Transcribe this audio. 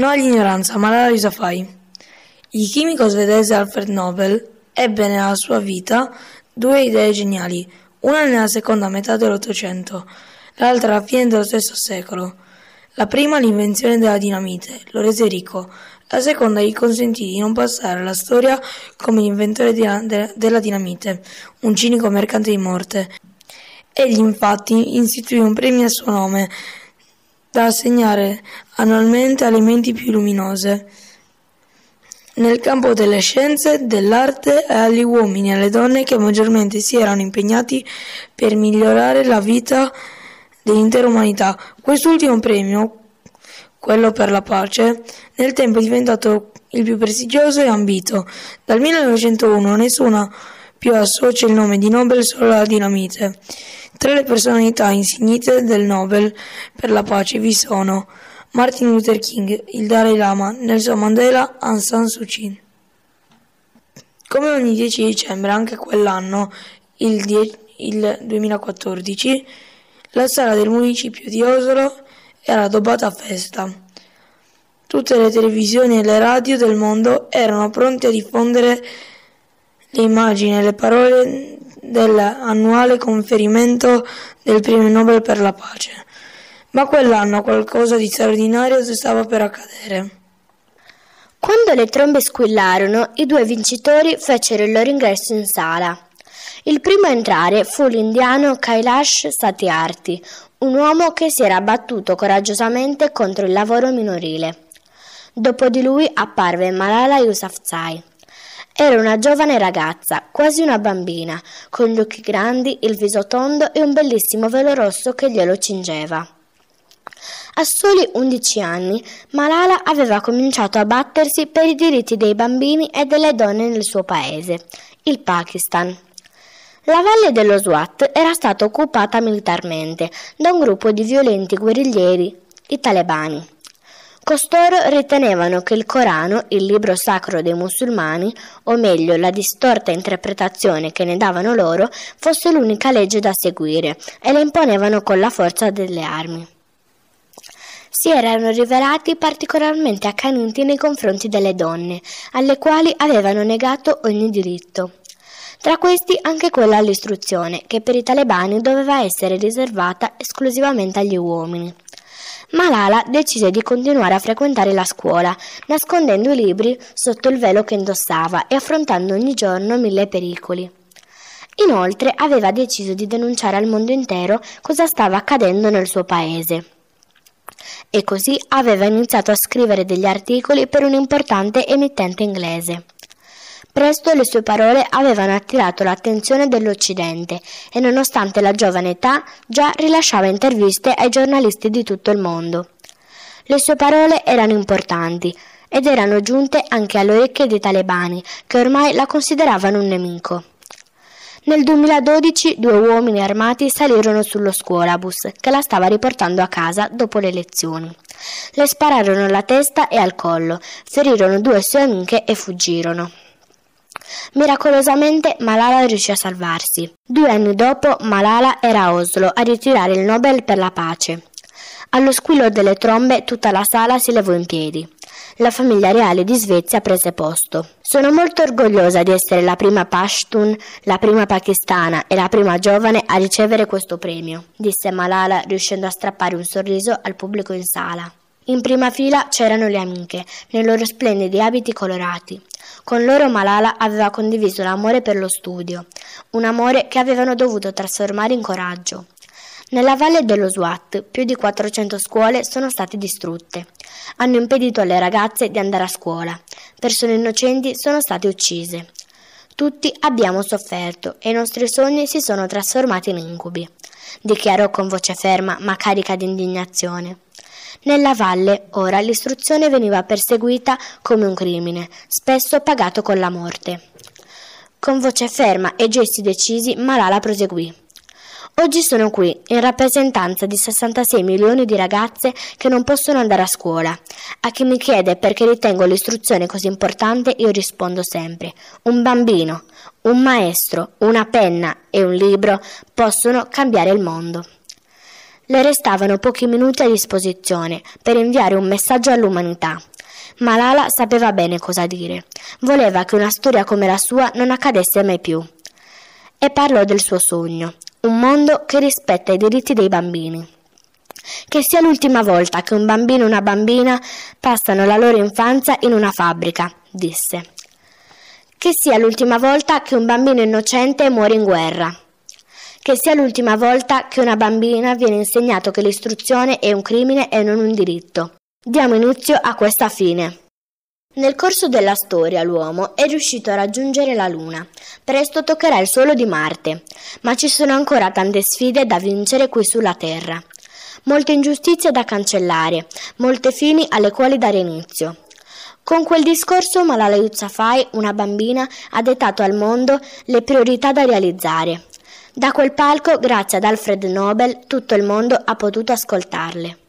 No all'ignoranza, Malala Yousafzai. Il chimico svedese Alfred Nobel ebbe nella sua vita due idee geniali, una nella seconda metà dell'Ottocento, l'altra alla fine dello stesso secolo. La prima, l'invenzione della dinamite, lo rese ricco. La seconda gli consentì di non passare alla storia come l'inventore della dinamite, un cinico mercante di morte. Egli infatti istituì un premio a suo nome, da assegnare annualmente alle menti più luminose nel campo delle scienze, dell'arte e agli uomini e alle donne che maggiormente si erano impegnati per migliorare la vita dell'intera umanità. Quest'ultimo premio, quello per la pace, nel tempo è diventato il più prestigioso e ambito. Dal 1901 nessuno più associa il nome di Nobel solo alla dinamite. Tra le personalità insignite del Nobel per la pace vi sono Martin Luther King, il Dalai Lama, Nelson Mandela, Aung San Suu Kyi. Come ogni 10 dicembre, anche quell'anno, il 2014, la sala del municipio di Oslo era addobbata a festa. Tutte le televisioni e le radio del mondo erano pronte a diffondere le immagini e le parole dell'annuale conferimento del premio Nobel per la pace. Ma quell'anno qualcosa di straordinario stava per accadere. Quando le trombe squillarono, i due vincitori fecero il loro ingresso in sala. Il primo a entrare fu l'indiano Kailash Satyarthi, un uomo che si era battuto coraggiosamente contro il lavoro minorile. Dopo di lui apparve Malala Yousafzai. Era una giovane ragazza, quasi una bambina, con gli occhi grandi, il viso tondo e un bellissimo velo rosso che glielo cingeva. A soli 11 anni, Malala aveva cominciato a battersi per i diritti dei bambini e delle donne nel suo paese, il Pakistan. La valle dello Swat era stata occupata militarmente da un gruppo di violenti guerriglieri, i talebani. Costoro ritenevano che il Corano, il libro sacro dei musulmani, o meglio la distorta interpretazione che ne davano loro, fosse l'unica legge da seguire e la imponevano con la forza delle armi. Si erano rivelati particolarmente accaniti nei confronti delle donne, alle quali avevano negato ogni diritto. Tra questi anche quella all'istruzione, che per i talebani doveva essere riservata esclusivamente agli uomini. Malala decise di continuare a frequentare la scuola, nascondendo i libri sotto il velo che indossava e affrontando ogni giorno 1000 pericoli. Inoltre aveva deciso di denunciare al mondo intero cosa stava accadendo nel suo paese. E così aveva iniziato a scrivere degli articoli per un'importante emittente inglese. Presto le sue parole avevano attirato l'attenzione dell'Occidente e nonostante la giovane età già rilasciava interviste ai giornalisti di tutto il mondo. Le sue parole erano importanti ed erano giunte anche alle orecchie dei talebani, che ormai la consideravano un nemico. Nel 2012 2 uomini armati salirono sullo scuolabus che la stava riportando a casa dopo le lezioni. Le spararono alla testa e al collo, ferirono 2 sue amiche e fuggirono. Miracolosamente Malala riuscì a salvarsi. 2 anni dopo Malala era a Oslo a ritirare il Nobel per la pace. Allo squillo delle trombe tutta la sala si levò in piedi. La famiglia reale di Svezia prese posto. Sono molto orgogliosa di essere la prima Pashtun, la prima pakistana e la prima giovane a ricevere questo premio, disse Malala riuscendo a strappare un sorriso al pubblico in sala. In prima fila c'erano le amiche, nei loro splendidi abiti colorati. Con loro Malala aveva condiviso l'amore per lo studio, un amore che avevano dovuto trasformare in coraggio. Nella valle dello Swat più di 400 scuole sono state distrutte. Hanno impedito alle ragazze di andare a scuola. Persone innocenti sono state uccise. Tutti abbiamo sofferto e i nostri sogni si sono trasformati in incubi, dichiarò con voce ferma ma carica di indignazione. Nella valle, ora, l'istruzione veniva perseguita come un crimine, spesso pagato con la morte. Con voce ferma e gesti decisi, Malala proseguì. Oggi sono qui, in rappresentanza di 66 milioni di ragazze che non possono andare a scuola. A chi mi chiede perché ritengo l'istruzione così importante, io rispondo sempre: un bambino, un maestro, una penna e un libro possono cambiare il mondo. Le restavano pochi minuti a disposizione per inviare un messaggio all'umanità. Malala sapeva bene cosa dire. Voleva che una storia come la sua non accadesse mai più. E parlò del suo sogno, un mondo che rispetta i diritti dei bambini. Che sia l'ultima volta che un bambino e una bambina passano la loro infanzia in una fabbrica, disse. Che sia l'ultima volta che un bambino innocente muore in guerra. Che sia l'ultima volta che una bambina viene insegnato che l'istruzione è un crimine e non un diritto. Diamo inizio a questa fine. Nel corso della storia l'uomo è riuscito a raggiungere la Luna. Presto toccherà il suolo di Marte, ma ci sono ancora tante sfide da vincere qui sulla Terra. Molte ingiustizie da cancellare, molte fini alle quali dare inizio. Con quel discorso Malala Yousafzai, una bambina, ha dettato al mondo le priorità da realizzare. Da quel palco, grazie ad Alfred Nobel, tutto il mondo ha potuto ascoltarle.